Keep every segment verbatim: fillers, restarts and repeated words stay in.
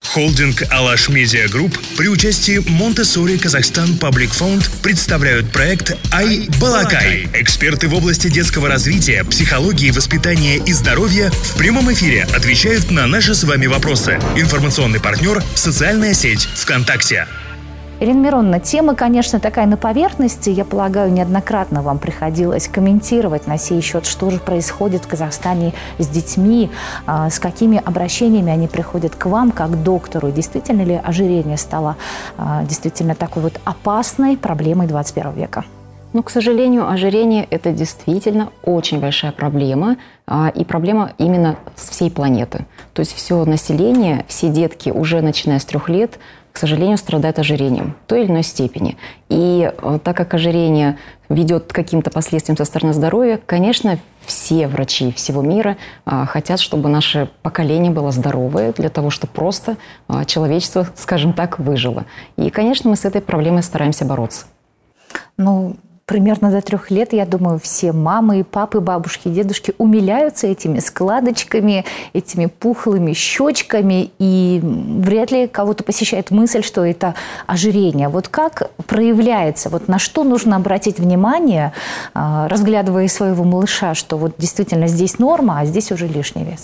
Холдинг «Алаш Медиа Групп» при участии Монтессори Казахстан Паблик Фонд представляют проект «Ай Балакай». Эксперты в области детского развития, психологии, воспитания и здоровья в прямом эфире отвечают на наши с вами вопросы. Информационный партнер – социальная сеть ВКонтакте. Ирина Мироновна, тема, конечно, такая на поверхности. Я полагаю, неоднократно вам приходилось комментировать на сей счет, что же происходит в Казахстане с детьми, с какими обращениями они приходят к вам, как к доктору. Действительно ли ожирение стало действительно такой вот опасной проблемой двадцать первого века? Ну, к сожалению, ожирение – это действительно очень большая проблема, и проблема именно с всей планеты. То есть все население, все детки уже начиная с трех лет, к сожалению, страдают ожирением в той или иной степени. И так как ожирение ведет к каким-то последствиям со стороны здоровья, конечно, все врачи всего мира хотят, чтобы наше поколение было здоровое, для того, чтобы просто человечество, скажем так, выжило. И, конечно, мы с этой проблемой стараемся бороться. Ну, примерно до трех лет, я думаю, все мамы, папы, бабушки, дедушки умиляются этими складочками, этими пухлыми щечками, и вряд ли кого-то посещает мысль, что это ожирение. Вот как проявляется, вот на что нужно обратить внимание, разглядывая своего малыша, что вот действительно здесь норма, а здесь уже лишний вес?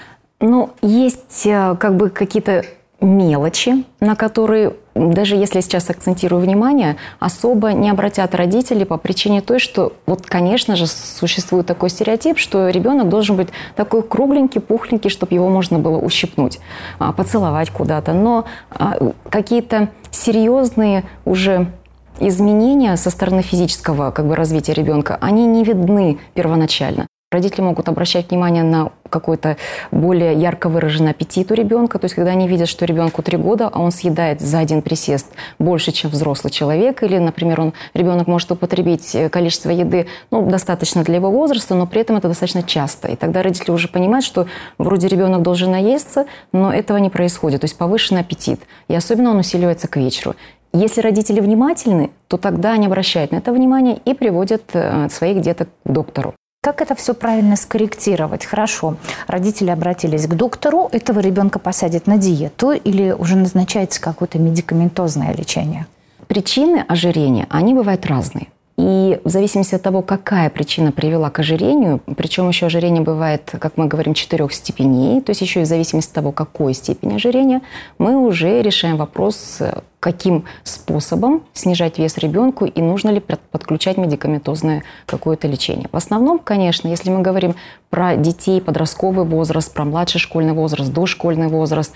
Ну, есть как бы какие-то мелочи, на которые, даже если я сейчас акцентирую внимание, особо не обратят родители по причине той, что, вот, конечно же, существует такой стереотип, что ребенок должен быть такой кругленький, пухленький, чтобы его можно было ущипнуть, поцеловать куда-то. Но какие-то серьезные уже изменения со стороны физического как бы, развития ребенка, они не видны первоначально. Родители могут обращать внимание на какой-то более ярко выраженный аппетит у ребенка. То есть, когда они видят, что ребенку три года, а он съедает за один присест больше, чем взрослый человек. Или, например, он, ребенок может употребить количество еды ну, достаточно для его возраста, но при этом это достаточно часто. И тогда родители уже понимают, что вроде ребенок должен наесться, но этого не происходит. То есть повышенный аппетит. И особенно он усиливается к вечеру. Если родители внимательны, то тогда они обращают на это внимание и приводят своих деток к доктору. Как это все правильно скорректировать? Хорошо, родители обратились к доктору, этого ребенка посадят на диету или уже назначается какое-то медикаментозное лечение? Причины ожирения, они бывают разные. И в зависимости от того, какая причина привела к ожирению, причем еще ожирение бывает, как мы говорим, четырех степеней, то есть еще и в зависимости от того, какой степень ожирения, мы уже решаем вопрос, каким способом снижать вес ребенку и нужно ли подключать медикаментозное какое-то лечение. В основном, конечно, если мы говорим про детей, подростковый возраст, про младший школьный возраст, дошкольный возраст,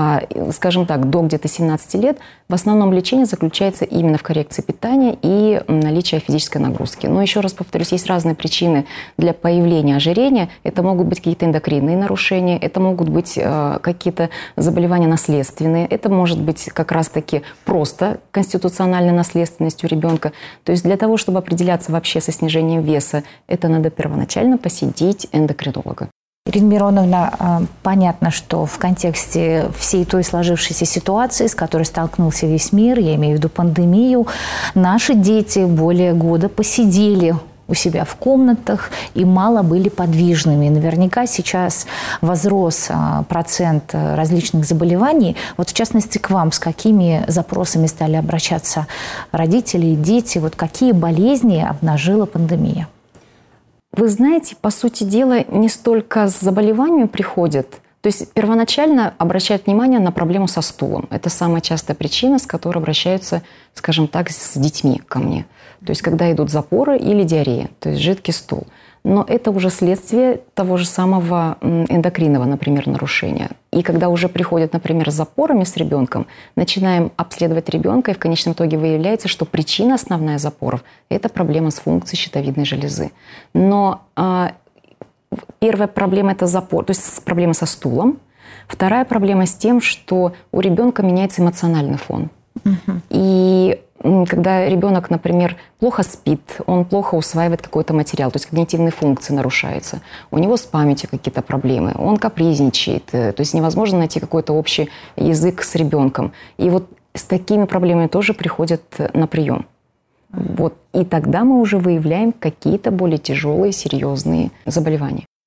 скажем так, до где-то семнадцати лет, в основном лечение заключается именно в коррекции питания и наличии физической нагрузки. Но еще раз повторюсь, есть разные причины для появления ожирения. Это могут быть какие-то эндокринные нарушения, это могут быть какие-то заболевания наследственные, это может быть как раз-таки просто конституциональной наследственностью ребенка. То есть для того, чтобы определяться вообще со снижением веса, это надо первоначально посетить эндокринолога. Ирина Мироновна, понятно, что в контексте всей той сложившейся ситуации, с которой столкнулся весь мир, я имею в виду пандемию, наши дети более года посидели у себя в комнатах и мало были подвижными. Наверняка сейчас возрос процент различных заболеваний. Вот в частности к вам, с какими запросами стали обращаться родители и дети? Вот какие болезни обнажила пандемия? Вы знаете, по сути дела, не столько с заболеваниями приходят. То есть первоначально обращают внимание на проблему со стулом. Это самая частая причина, с которой обращаются, скажем так, с детьми ко мне. То есть когда идут запоры или диарея, то есть жидкий стул. Но это уже следствие того же самого эндокринного, например, нарушения. И когда уже приходят, например, с запорами с ребенком, начинаем обследовать ребенка, и в конечном итоге выявляется, что причина основная запоров – это проблема с функцией щитовидной железы. Но а, первая проблема – это запор, то есть проблема со стулом. Вторая проблема с тем, что у ребенка меняется эмоциональный фон. Угу. И когда ребенок, например, плохо спит, он плохо усваивает какой-то материал, то есть когнитивные функции нарушаются, у него с памятью какие-то проблемы, он капризничает, то есть невозможно найти какой-то общий язык с ребенком. И вот с такими проблемами тоже приходят на прием. Вот. И тогда мы уже выявляем какие-то более тяжелые, серьезные заболевания.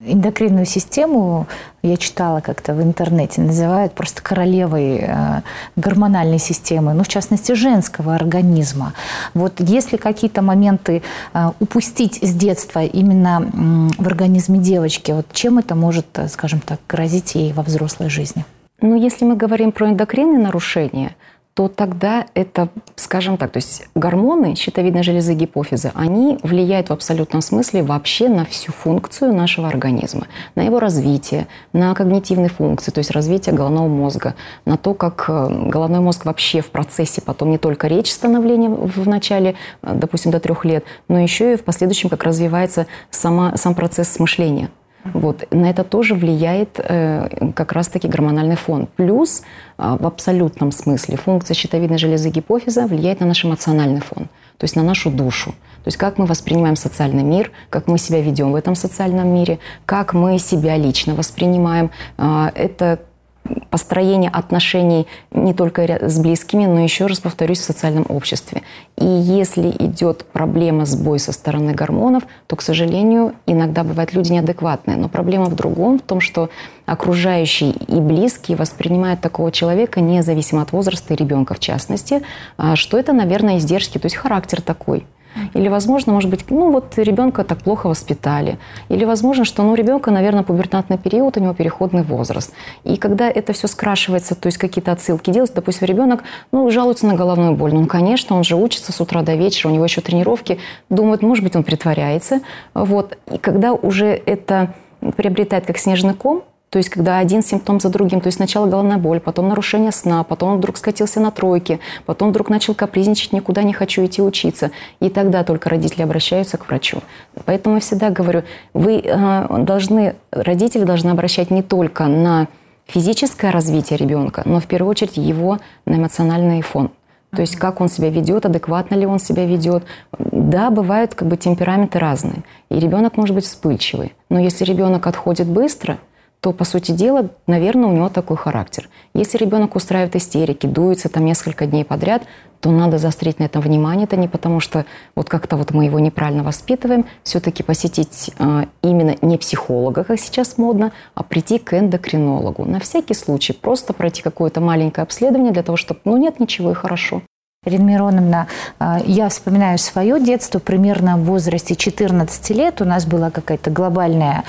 Эндокринную систему, я читала как-то в интернете, называют просто королевой э, гормональной системы, ну, в частности, женского организма. Вот если какие-то моменты э, упустить с детства именно э, в организме девочки, вот чем это может, скажем так, грозить ей во взрослой жизни? Ну, если мы говорим про эндокринные нарушения, то тогда это, скажем так, то есть гормоны щитовидной железы, гипофиза, они влияют в абсолютном смысле вообще на всю функцию нашего организма, на его развитие, на когнитивные функции, то есть развитие головного мозга, на то, как головной мозг вообще в процессе потом не только речь становления в начале, допустим, до трех лет, но еще и в последующем, как развивается сама, сам процесс мышления. Вот. На это тоже влияет э, как раз-таки гормональный фон. Плюс э, в абсолютном смысле функция щитовидной железы гипофиза влияет на наш эмоциональный фон, то есть на нашу душу. То есть как мы воспринимаем социальный мир, как мы себя ведем в этом социальном мире, как мы себя лично воспринимаем. Э, это построение отношений не только с близкими, но еще раз повторюсь, в социальном обществе. И если идет проблема, сбой со стороны гормонов, то, к сожалению, иногда бывают люди неадекватные. Но проблема в другом, в том, что окружающие и близкие воспринимают такого человека, независимо от возраста и ребенка в частности, что это, наверное, издержки, то есть характер такой. Или, возможно, может быть, ну вот ребенка так плохо воспитали. Или, возможно, что ну, ребенка, наверное, пубертатный период, у него переходный возраст. И когда это все скрашивается, то есть какие-то отсылки делаются, допустим, ребенок ну, жалуется на головную боль. Ну, конечно, он же учится с утра до вечера, у него еще тренировки. Думает, может быть, он притворяется. Вот. И когда уже это приобретает как снежный ком, то есть, когда один симптом за другим, то есть сначала головная боль, потом нарушение сна, потом он вдруг скатился на тройке, потом вдруг начал капризничать, никуда не хочу идти учиться. И тогда только родители обращаются к врачу. Поэтому я всегда говорю, вы э, должны, родители должны обращать не только на физическое развитие ребенка, но в первую очередь его на эмоциональный фон. То есть, как он себя ведет, адекватно ли он себя ведет. Да, бывают как бы темпераменты разные. И ребенок может быть вспыльчивый. Но если ребенок отходит быстро, то, по сути дела, наверное, у него такой характер. Если ребенок устраивает истерики, дуется там несколько дней подряд, то надо заострить на этом внимание. Это не потому, что вот как-то вот мы его неправильно воспитываем. Все-таки посетить э, именно не психолога, как сейчас модно, а прийти к эндокринологу. На всякий случай просто пройти какое-то маленькое обследование для того, чтобы, ну, нет ничего и хорошо. Ирина Мироновна, я вспоминаю свое детство, примерно в возрасте четырнадцати лет у нас была какая-то глобальная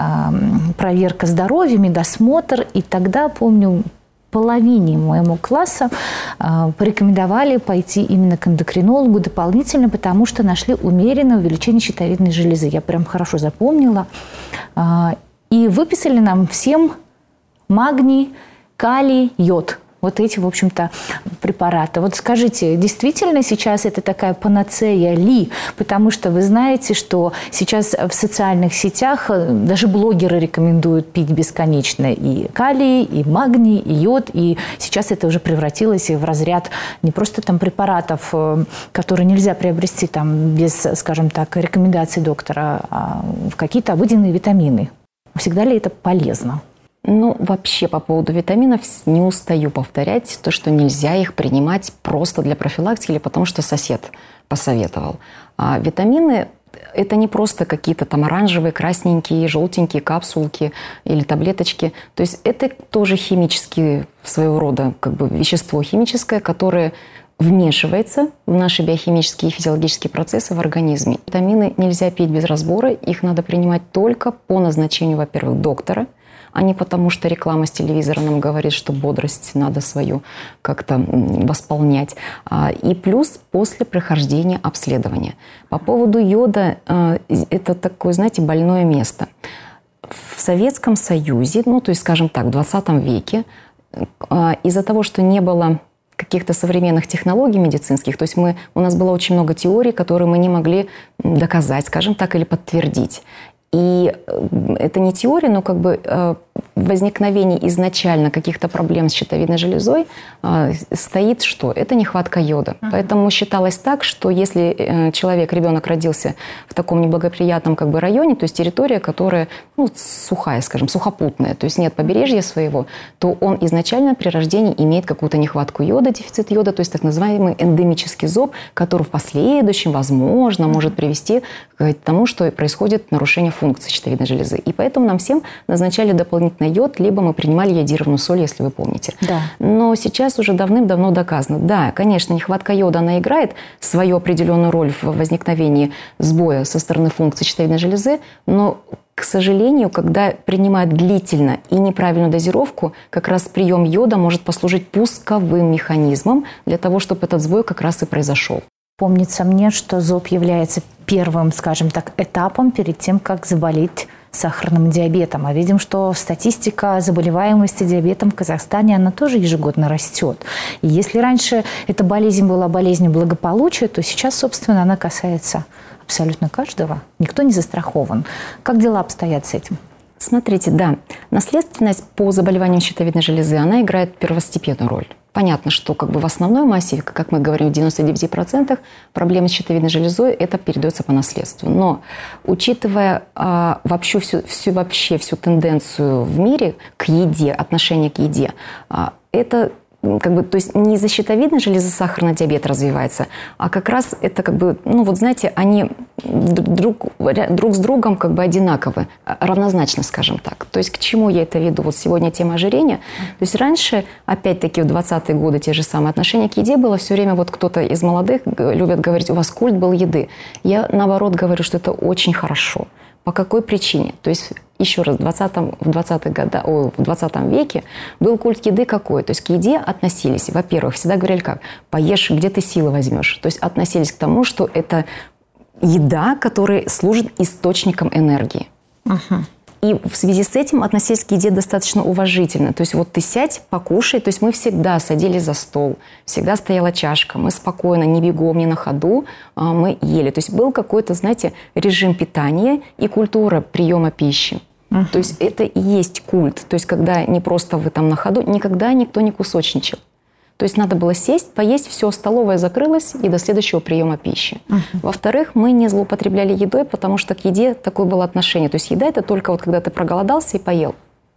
проверка здоровья, медосмотр, и тогда, помню, половине моему класса порекомендовали пойти именно к эндокринологу дополнительно, потому что нашли умеренное увеличение щитовидной железы. Я прям хорошо запомнила. И выписали нам всем магний, калий, йод. Вот эти, в общем-то, препараты. Вот скажите, действительно сейчас это такая панацея ли? Потому что вы знаете, что сейчас в социальных сетях даже блогеры рекомендуют пить бесконечно и калий, и магний, и йод. И сейчас это уже превратилось в разряд не просто там препаратов, которые нельзя приобрести там без, скажем так, рекомендаций доктора, а в какие-то обыденные витамины. Всегда ли это полезно? Ну, вообще по поводу витаминов не устаю повторять то, что нельзя их принимать просто для профилактики или потому, что сосед посоветовал. А витамины – это не просто какие-то там оранжевые, красненькие, желтенькие капсулки или таблеточки. То есть это тоже химические, своего рода как бы вещество химическое, которое вмешивается в наши биохимические и физиологические процессы в организме. Витамины нельзя пить без разбора, их надо принимать только по назначению, во-первых, доктора, а не потому, что реклама с телевизора нам говорит, что бодрость надо свою как-то восполнять. И плюс после прохождения обследования. По поводу йода, это такое, знаете, больное место. В Советском Союзе, ну, то есть, скажем так, в двадцатом веке, из-за того, что не было каких-то современных технологий медицинских, то есть мы, у нас было очень много теорий, которые мы не могли доказать, скажем так, или подтвердить. И это не теория, но как бы возникновении изначально каких-то проблем с щитовидной железой э, стоит что? Это нехватка йода. Uh-huh. Поэтому считалось так, что если э, человек, ребенок родился в таком неблагоприятном как бы районе, то есть территория, которая ну, сухая, скажем, сухопутная, то есть нет побережья своего, то он изначально при рождении имеет какую-то нехватку йода, дефицит йода, то есть так называемый эндемический зоб, который в последующем, возможно, может привести к тому, что происходит нарушение функции щитовидной железы. И поэтому нам всем назначали дополнительный йод, либо мы принимали йодированную соль, если вы помните. Да. Но сейчас уже давным-давно доказано. Да, конечно, нехватка йода, она играет свою определенную роль в возникновении сбоя со стороны функции щитовидной железы, но, к сожалению, когда принимают длительно и неправильную дозировку, как раз прием йода может послужить пусковым механизмом для того, чтобы этот сбой как раз и произошел. Помнится мне, что зоб является первым, скажем так, этапом перед тем, как заболеть сахарным диабетом. А видим, что статистика заболеваемости диабетом в Казахстане, она тоже ежегодно растет. И если раньше эта болезнь была болезнью благополучия, то сейчас, собственно, она касается абсолютно каждого. Никто не застрахован. Как дела обстоят с этим? Смотрите, да, наследственность по заболеваниям щитовидной железы, она играет первостепенную роль. Понятно, что как бы в основной массе, как мы говорим, в девяноста девяти процентах проблемы с щитовидной железой это передается по наследству. Но учитывая а, вообще, всю, всю, вообще всю тенденцию в мире к еде, отношение к еде, а, это как бы, то есть не из-за щитовидной железы сахарный диабет развивается, а как раз это как бы, ну вот знаете, они друг, друг с другом как бы одинаковы, равнозначно, скажем так. То есть к чему я это веду? Вот сегодня тема ожирения. То есть раньше, опять-таки, в двадцатые годы те же самые отношения к еде было все время, вот кто-то из молодых любит говорить, у вас культ был еды. Я наоборот говорю, что это очень хорошо. По какой причине? То есть, еще раз, в двадцатом, в двадцатых годах, ой, в двадцатом веке был культ еды какой? То есть к еде относились, во-первых, всегда говорили как? Поешь, где ты силы возьмешь. То есть относились к тому, что это еда, которая служит источником энергии. Uh-huh. И в связи с этим относились к еде достаточно уважительно. То есть вот ты сядь, покушай. То есть мы всегда садились за стол, всегда стояла чашка. Мы спокойно, не бегом, не на ходу, мы ели. То есть был какой-то, знаете, режим питания и культура приема пищи. Uh-huh. То есть это и есть культ. То есть когда не просто вы там на ходу, никогда никто не кусочничал. То есть надо было сесть, поесть, все, столовая закрылась и до следующего приема пищи. Uh-huh. Во-вторых, мы не злоупотребляли едой, потому что к еде такое было отношение. То есть еда – это только вот когда ты проголодался и поел.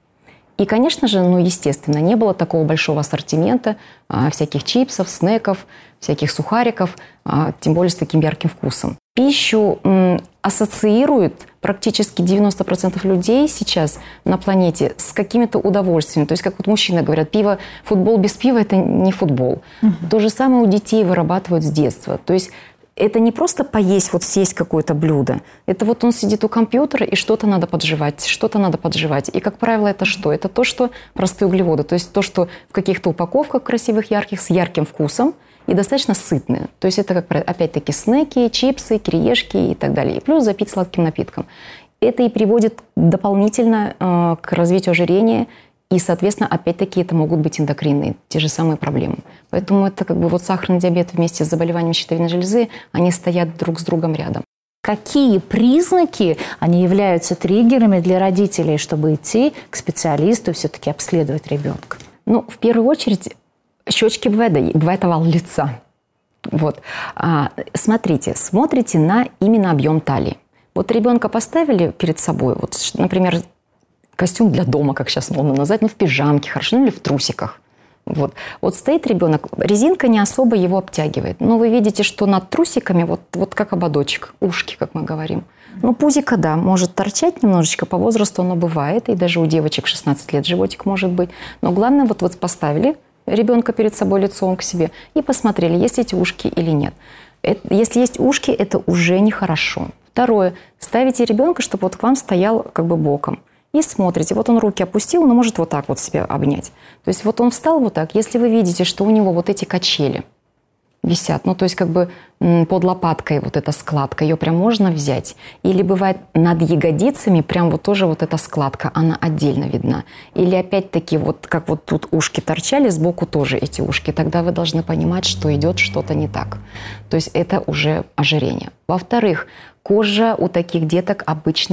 И, конечно же, ну, естественно, не было такого большого ассортимента а, всяких чипсов, снеков, всяких сухариков, а, тем более с таким ярким вкусом. Пищу м, ассоциируют практически девяносто процентов людей сейчас на планете с какими-то удовольствиями. То есть, как вот мужчины говорят, пиво, футбол без пива – это не футбол. Uh-huh. То же самое у детей вырабатывают с детства. То есть это не просто поесть, вот съесть какое-то блюдо. Это вот он сидит у компьютера, и что-то надо поджевать, что-то надо поджевать. И, как правило, это что? Это то, что простые углеводы. То есть то, что в каких-то упаковках красивых, ярких, с ярким вкусом и достаточно сытные. То есть это, как, опять-таки, снеки, чипсы, кириешки и так далее. И плюс запить сладким напитком. Это и приводит дополнительно э, к развитию ожирения. И, соответственно, опять-таки, это могут быть эндокринные, те же самые проблемы. Поэтому это как бы вот сахарный диабет вместе с заболеванием щитовидной железы, они стоят друг с другом рядом. Какие признаки, они являются триггерами для родителей, чтобы идти к специалисту и все-таки обследовать ребенка? Ну, в первую очередь, щечки бывает, бывает овал лица. Вот. А, смотрите, смотрите на именно объем талии. Вот ребенка поставили перед собой, вот, например, костюм для дома, как сейчас модно назвать, ну, в пижамке, хорошо, ну, или в трусиках. Вот. Вот стоит ребенок, резинка не особо его обтягивает. Но вы видите, что над трусиками вот, вот как ободочек, ушки, как мы говорим. Ну, пузико, да, может торчать немножечко, по возрасту оно бывает, и даже у девочек шестнадцать лет животик может быть. Но главное, вот, вот поставили ребенка перед собой лицом к себе и посмотрели, есть эти ушки или нет. Это, если есть ушки, это уже нехорошо. Второе, ставите ребенка, чтобы вот к вам стоял как бы боком. И смотрите, вот он руки опустил, но может вот так вот себя обнять. То есть вот он встал вот так. Если вы видите, что у него вот эти качели висят, ну то есть как бы под лопаткой вот эта складка, ее прям можно взять. Или бывает над ягодицами прям вот тоже вот эта складка, она отдельно видна. Или опять-таки вот как вот тут ушки торчали, сбоку тоже эти ушки. Тогда вы должны понимать, что идет что-то не так. То есть это уже ожирение. Во-вторых, кожа у таких деток обычно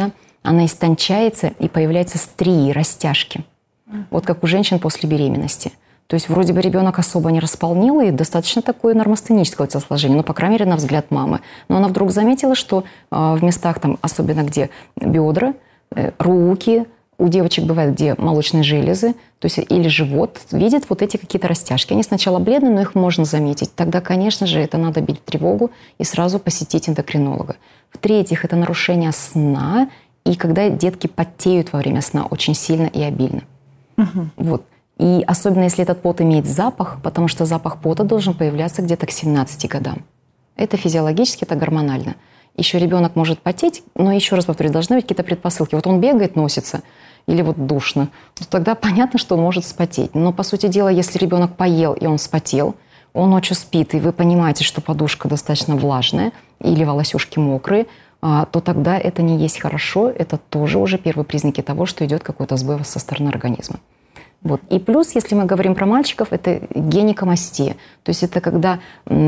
она истончается и появляются стрии, растяжки. Вот как у женщин после беременности. То есть вроде бы ребенок особо не располнил и достаточно такое нормостеническое телосложение, ну, по крайней мере, на взгляд мамы. Но она вдруг заметила, что э, в местах, там, особенно где бедра, э, руки, у девочек бывает, где молочные железы, то есть или живот, видят вот эти какие-то растяжки. Они сначала бледные, но их можно заметить. Тогда, конечно же, это надо бить в тревогу и сразу посетить эндокринолога. В-третьих, это нарушение сна, и когда детки потеют во время сна очень сильно и обильно. Угу. Вот. И особенно, если этот пот имеет запах, потому что запах пота должен появляться где-то к семнадцати годам. Это физиологически, это гормонально. Еще ребенок может потеть, но еще раз повторю, должны быть какие-то предпосылки. Вот он бегает, носится, или вот душно, то тогда понятно, что он может вспотеть. Но, по сути дела, если ребенок поел и он вспотел, он ночью спит, и вы понимаете, что подушка достаточно влажная или волосюшки мокрые, то тогда это не есть хорошо, это тоже уже первые признаки того, что идет какой-то сбой со стороны организма. Вот. И плюс, если мы говорим про мальчиков, это гинекомастия. То есть это когда,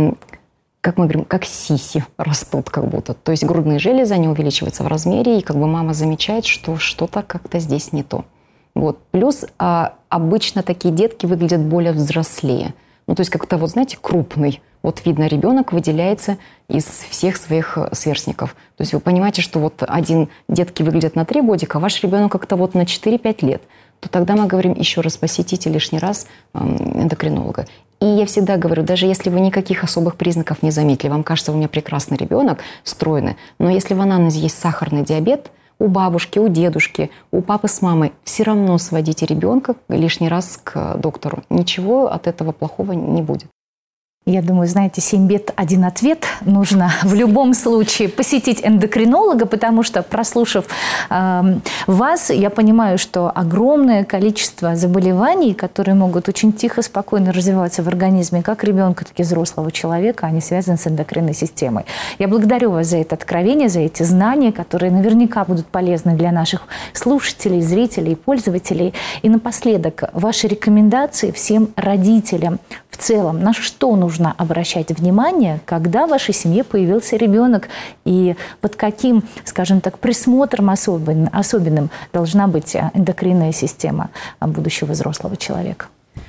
как мы говорим, как сиси растут как будто. То есть грудные железы, они увеличиваются в размере, и как бы мама замечает, что что-то как-то здесь не то. Вот. Плюс а, обычно такие детки выглядят более взрослее. Ну, то есть как-то, вот знаете, крупный. Вот видно, ребенок выделяется из всех своих сверстников. То есть вы понимаете, что вот один детки выглядят на три годика, а ваш ребенок как-то вот на четыре-пять лет. То тогда мы говорим еще раз, посетите лишний раз эндокринолога. И я всегда говорю, даже если вы никаких особых признаков не заметили, вам кажется, у меня прекрасный ребенок, стройный, но если в анамнезе есть сахарный диабет, у бабушки, у дедушки, у папы с мамой, все равно сводите ребенка лишний раз к доктору. Ничего от этого плохого не будет. Я думаю, знаете, семь бед, один ответ. Нужно в любом случае посетить эндокринолога, потому что, прослушав э, вас, я понимаю, что огромное количество заболеваний, которые могут очень тихо, спокойно развиваться в организме, как ребенка, так и взрослого человека, они связаны с эндокринной системой. Я благодарю вас за это откровение, за эти знания, которые наверняка будут полезны для наших слушателей, зрителей, пользователей. И напоследок, ваши рекомендации всем родителям в целом, на что нужно обращать внимание, когда в вашей семье появился ребенок, и под каким, скажем так, присмотром особенным, особенным должна быть эндокринная система будущего взрослого человека?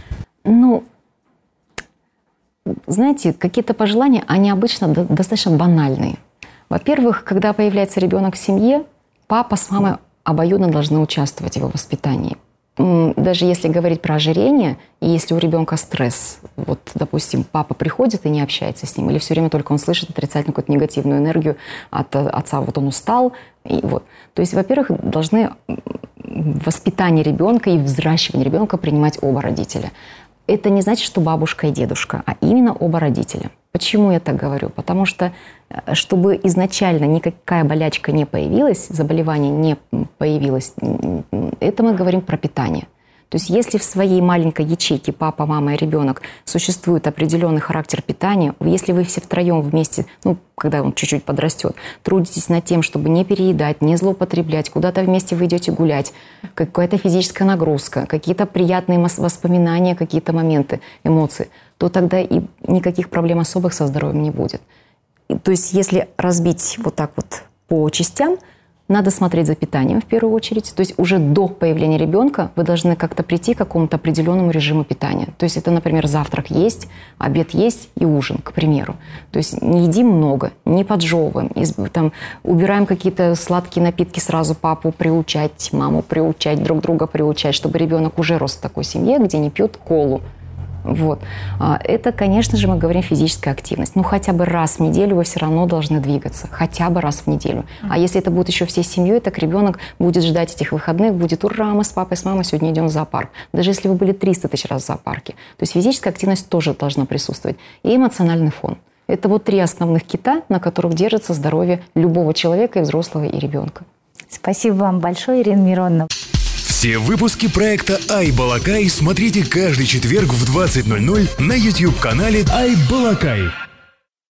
Ну, знаете, какие-то пожелания, они обычно достаточно банальные. Во-первых, когда появляется ребенок в семье, папа с мамой обоюдно должны участвовать в его воспитании. Даже если говорить про ожирение, и если у ребенка стресс, вот, допустим, папа приходит и не общается с ним, или все время только он слышит отрицательную какую-то негативную энергию от отца, вот он устал, и вот. То есть, во-первых, должны воспитание ребенка и взращивание ребенка принимать оба родителя. Это не значит, что бабушка и дедушка, а именно оба родителя. Почему я так говорю? Потому что, чтобы изначально никакая болячка не появилась, заболевание не появилось, это мы говорим про питание. То есть если в своей маленькой ячейке папа, мама и ребенок существует определенный характер питания, если вы все втроем вместе, ну, когда он чуть-чуть подрастет, трудитесь над тем, чтобы не переедать, не злоупотреблять, куда-то вместе вы идете гулять, какая-то физическая нагрузка, какие-то приятные воспоминания, какие-то моменты, эмоции, то тогда и никаких проблем особых со здоровьем не будет. То есть если разбить вот так вот по частям, надо смотреть за питанием в первую очередь. То есть уже до появления ребенка вы должны как-то прийти к какому-то определенному режиму питания. То есть это, например, завтрак есть, обед есть и ужин, к примеру. То есть не едим много, не поджевываем, там, убираем какие-то сладкие напитки, сразу папу приучать, маму приучать, друг друга приучать, чтобы ребенок уже рос в такой семье, где не пьет колу. Вот. Это, конечно же, мы говорим физическая активность. Ну, хотя бы раз в неделю вы все равно должны двигаться. Хотя бы раз в неделю. А если это будет еще всей семьей, так ребенок будет ждать этих выходных, будет: ура, мы с папой, с мамой сегодня идем в зоопарк. Даже если вы были триста тысяч раз в зоопарке. То есть физическая активность тоже должна присутствовать. И эмоциональный фон. Это вот три основных кита, на которых держится здоровье любого человека, и взрослого, и ребенка. Спасибо вам большое, Ирина Мироновна. Все выпуски проекта «Ай-Балакай» смотрите каждый четверг в двадцать ноль ноль на YouTube-канале «Ай-Балакай».